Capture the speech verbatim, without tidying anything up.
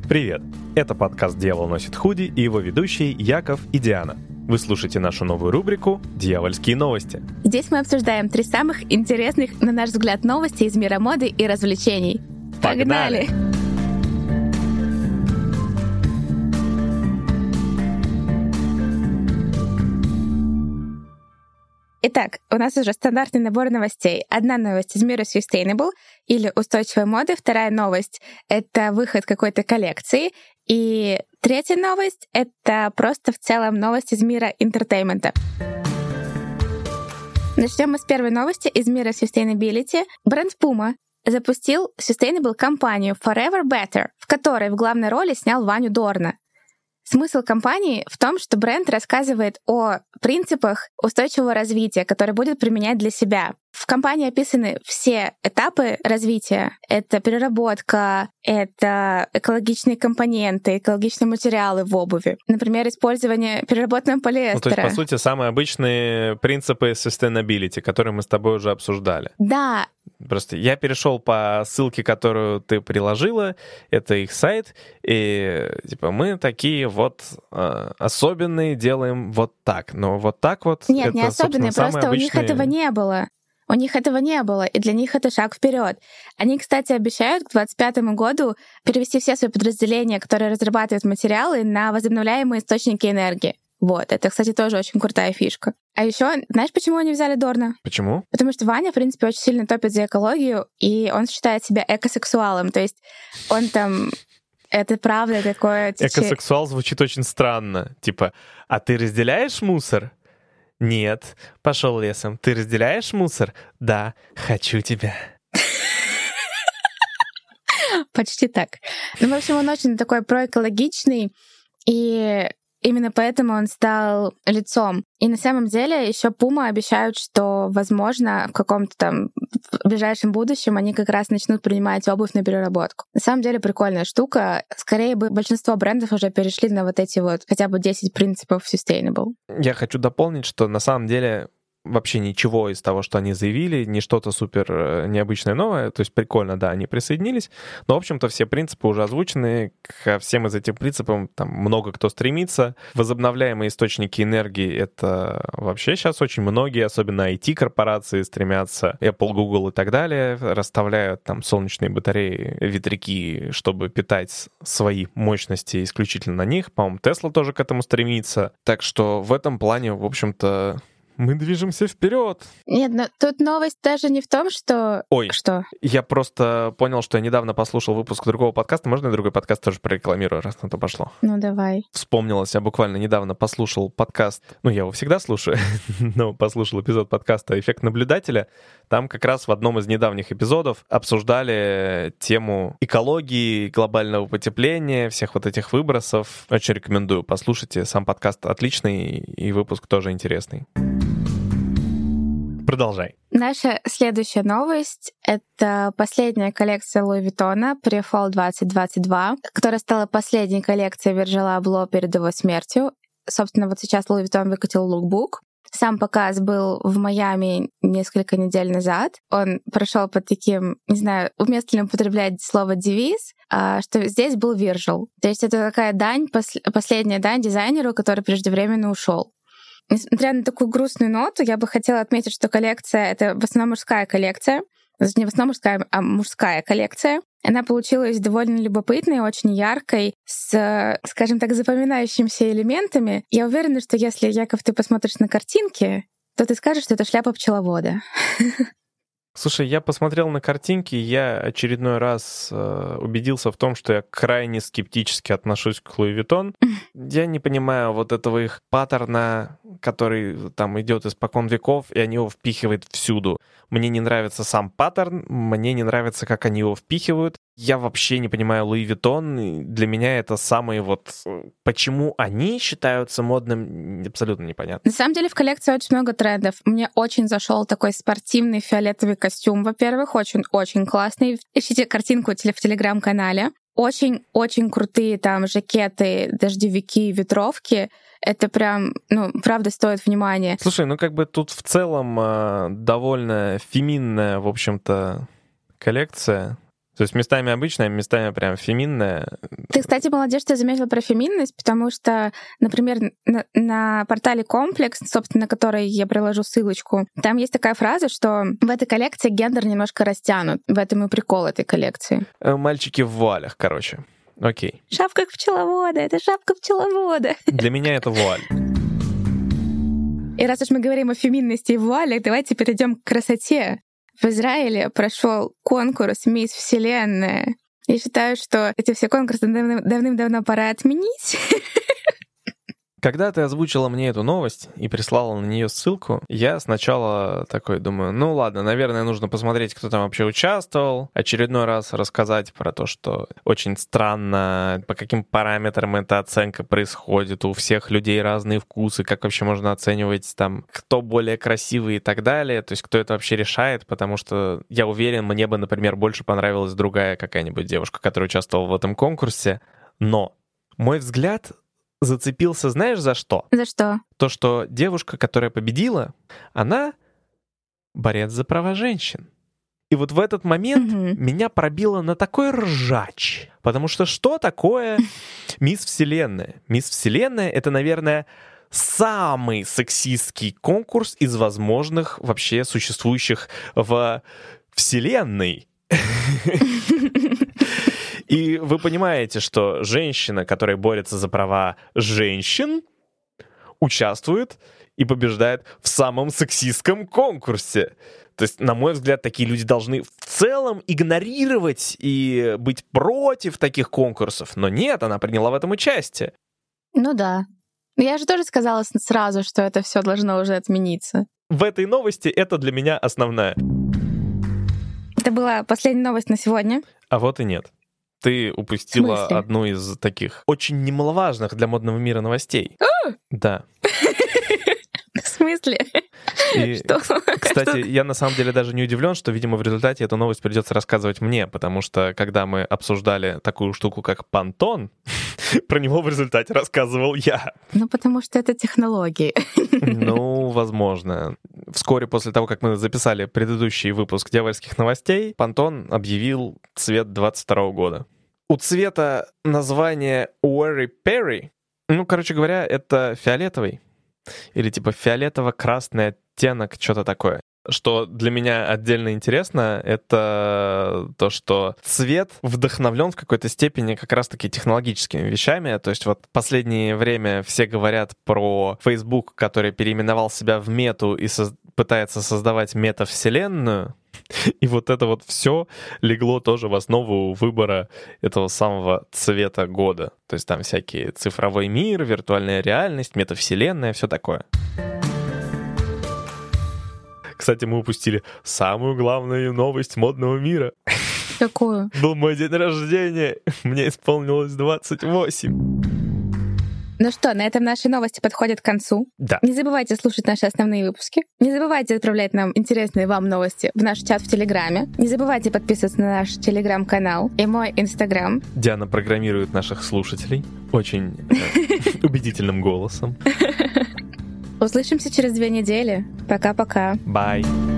Привет! Это подкаст «Дьявол носит худи» и его ведущие Яков и Диана. Вы слушаете нашу новую рубрику «Дьявольские новости». Здесь мы обсуждаем три самых интересных, на наш взгляд, новости из мира моды и развлечений. Погнали! Погнали! Итак, у нас уже стандартный набор новостей. Одна новость из мира sustainable или устойчивой моды, вторая новость — это выход какой-то коллекции, и третья новость — это просто в целом новость из мира интертеймента. Начнем мы с первой новости из мира sustainability. Бренд Puma запустил sustainable компанию Forever Better, в которой в главной роли снял Ваню Дорна. Смысл компании в том, что бренд рассказывает о принципах устойчивого развития, которые будет применять для себя. В компании описаны все этапы развития. Это переработка, это экологичные компоненты, экологичные материалы в обуви. Например, использование переработанного полиэстера. Ну, то есть, по сути, самые обычные принципы sustainability, которые мы с тобой уже обсуждали. Да. Просто я перешел по ссылке, которую ты приложила, это их сайт, и типа мы такие вот э, особенные, делаем вот так. Но вот так вот... Нет, это, не особенные, просто обычные... у них этого не было. У них этого не было, и для них это шаг вперед. Они, кстати, обещают к двадцать пятому году перевести все свои подразделения, которые разрабатывают материалы, на возобновляемые источники энергии. Вот, это, кстати, тоже очень крутая фишка. А еще, знаешь, почему они взяли Дорна? Почему? Потому что Ваня, в принципе, очень сильно топит за экологию, и он считает себя экосексуалом. То есть он там... Это правда такое... Экосексуал звучит очень странно. Типа, а ты разделяешь мусор? Нет. Пошел лесом. Ты разделяешь мусор? Да. Хочу тебя. Почти так. Ну, в общем, он очень такой проэкологичный, и именно поэтому он стал лицом. И на самом деле еще Puma обещают, что, возможно, в каком-то там в ближайшем будущем они как раз начнут принимать обувь на переработку. На самом деле прикольная штука. Скорее бы большинство брендов уже перешли на вот эти вот хотя бы десять принципов sustainable. Я хочу дополнить, что на самом деле вообще ничего из того, что они заявили, не что-то супер необычное новое, то есть прикольно, да, они присоединились, но, в общем-то, все принципы уже озвучены, ко всем из этих принципов там много кто стремится. Возобновляемые источники энергии — это вообще сейчас очень многие, особенно ай ти-корпорации, стремятся, Apple, Google и так далее, расставляют там солнечные батареи, ветряки, чтобы питать свои мощности исключительно на них. По-моему, Tesla тоже к этому стремится. Так что в этом плане, в общем-то, мы движемся вперед. Нет, но тут новость даже не в том, что... Ой, что? Я просто понял, что я недавно послушал выпуск другого подкаста. Можно я другой подкаст тоже прорекламирую, раз на то пошло? Ну, давай. Вспомнилось, я буквально недавно послушал подкаст, ну, я его всегда слушаю, но послушал эпизод подкаста «Эффект наблюдателя». Там как раз в одном из недавних эпизодов обсуждали тему экологии, глобального потепления, всех вот этих выбросов. Очень рекомендую, послушайте. Сам подкаст отличный, и выпуск тоже интересный. Продолжай. Наша следующая новость — это последняя коллекция Луи Виттона Pre-Fall двадцать двадцать два, которая стала последней коллекцией Вирджила Абло перед его смертью. Собственно, вот сейчас Луи Виттон выкатил лукбук. Сам показ был в Майами несколько недель назад. Он прошел под таким, не знаю, уместно ли употреблять слово девиз, что здесь был Вирджил. То есть это такая дань, последняя дань дизайнеру, который преждевременно ушел. Несмотря на такую грустную ноту, я бы хотела отметить, что коллекция — это в основном мужская коллекция. Не в основном мужская, а мужская коллекция. Она получилась довольно любопытной, очень яркой, с, скажем так, запоминающимися элементами. Я уверена, что если, Яков, ты посмотришь на картинки, то ты скажешь, что это шляпа пчеловода. Слушай, я посмотрел на картинки, и я очередной раз э, убедился в том, что я крайне скептически отношусь к Луи Виттон. Я не понимаю вот этого их паттерна, который там идет испокон веков, и они его впихивают всюду. Мне не нравится сам паттерн, мне не нравится, как они его впихивают. Я вообще не понимаю Луи Виттон. Для меня это самые вот... Почему они считаются модным, абсолютно непонятно. На самом деле в коллекции очень много трендов. Мне очень зашел такой спортивный фиолетовый костюм, во-первых, очень-очень классный. Ищите картинку в Телеграм-канале. Очень-очень крутые там жакеты, дождевики, ветровки. Это прям, ну, правда, стоит внимания. Слушай, ну как бы тут в целом э, довольно феминная, в общем-то, коллекция. То есть местами обычная, местами прям феминная. Ты, кстати, молодец, что заметила про феминность, потому что, например, на, на портале «Комплекс», собственно, на который я приложу ссылочку, там есть такая фраза, что в этой коллекции гендер немножко растянут. В этом и прикол этой коллекции. Мальчики в вуалях, короче. Окей. Шапка пчеловода, это шапка пчеловода. Для меня это вуаль. И раз уж мы говорим о феминности и вуалях, давайте перейдем к красоте. В Израиле прошел конкурс «Мисс Вселенная». Я считаю, что эти все конкурсы давным- давным-давно пора отменить. Когда ты озвучила мне эту новость и прислала на нее ссылку, я сначала такой думаю, ну ладно, наверное, нужно посмотреть, кто там вообще участвовал, очередной раз рассказать про то, что очень странно, по каким параметрам эта оценка происходит, у всех людей разные вкусы, как вообще можно оценивать там, кто более красивый и так далее, то есть кто это вообще решает, потому что я уверен, мне бы, например, больше понравилась другая какая-нибудь девушка, которая участвовала в этом конкурсе, но мой взгляд зацепился, знаешь, за что? За что? То, что девушка, которая победила, она борец за права женщин. И вот в этот момент Мгм. меня пробило на такой ржач. Потому что что такое Мисс Вселенная? Мисс Вселенная — это, наверное, самый сексистский конкурс из возможных вообще существующих в Вселенной. И вы понимаете, что женщина, которая борется за права женщин, участвует и побеждает в самом сексистском конкурсе. То есть, на мой взгляд, такие люди должны в целом игнорировать и быть против таких конкурсов. Но нет, она приняла в этом участие. Ну да. Я же тоже сказала с- сразу, что это все должно уже отмениться. В этой новости это для меня основная. Это была последняя новость на сегодня. А вот и нет. Ты упустила В смысле? одну из таких очень немаловажных для модного мира новостей. Да. В смысле? И, Что? кстати, Что? я на самом деле даже не удивлен, что, видимо, в результате эту новость придется рассказывать мне, потому что, когда мы обсуждали такую штуку, как Pantone, про него в результате рассказывал я. Ну, потому что это технологии. Ну, возможно. Вскоре после того, как мы записали предыдущий выпуск «Дьявольских новостей», Pantone объявил цвет двадцать второго года. У цвета название Ueri Perry, ну, короче говоря, это фиолетовый. Или типа фиолетово-красный оттенок, что-то такое. Что для меня отдельно интересно, это то, что цвет вдохновлен в какой-то степени как раз-таки технологическими вещами. То есть вот в последнее время все говорят про Facebook, который переименовал себя в мету и соз- пытается создавать метавселенную. И вот это вот все легло тоже в основу выбора этого самого цвета года. То есть там всякие цифровой мир, виртуальная реальность, метавселенная, все такое. Кстати, мы упустили самую главную новость модного мира. Какую? Был мой день рождения, мне исполнилось двадцать восемь. Ну что, на этом наши новости подходят к концу. Да. Не забывайте слушать наши основные выпуски. Не забывайте отправлять нам интересные вам новости в наш чат в Телеграме. Не забывайте подписываться на наш Телеграм-канал и мой Инстаграм. Диана программирует наших слушателей очень э, убедительным голосом. Услышимся через две недели. Пока-пока. Bye.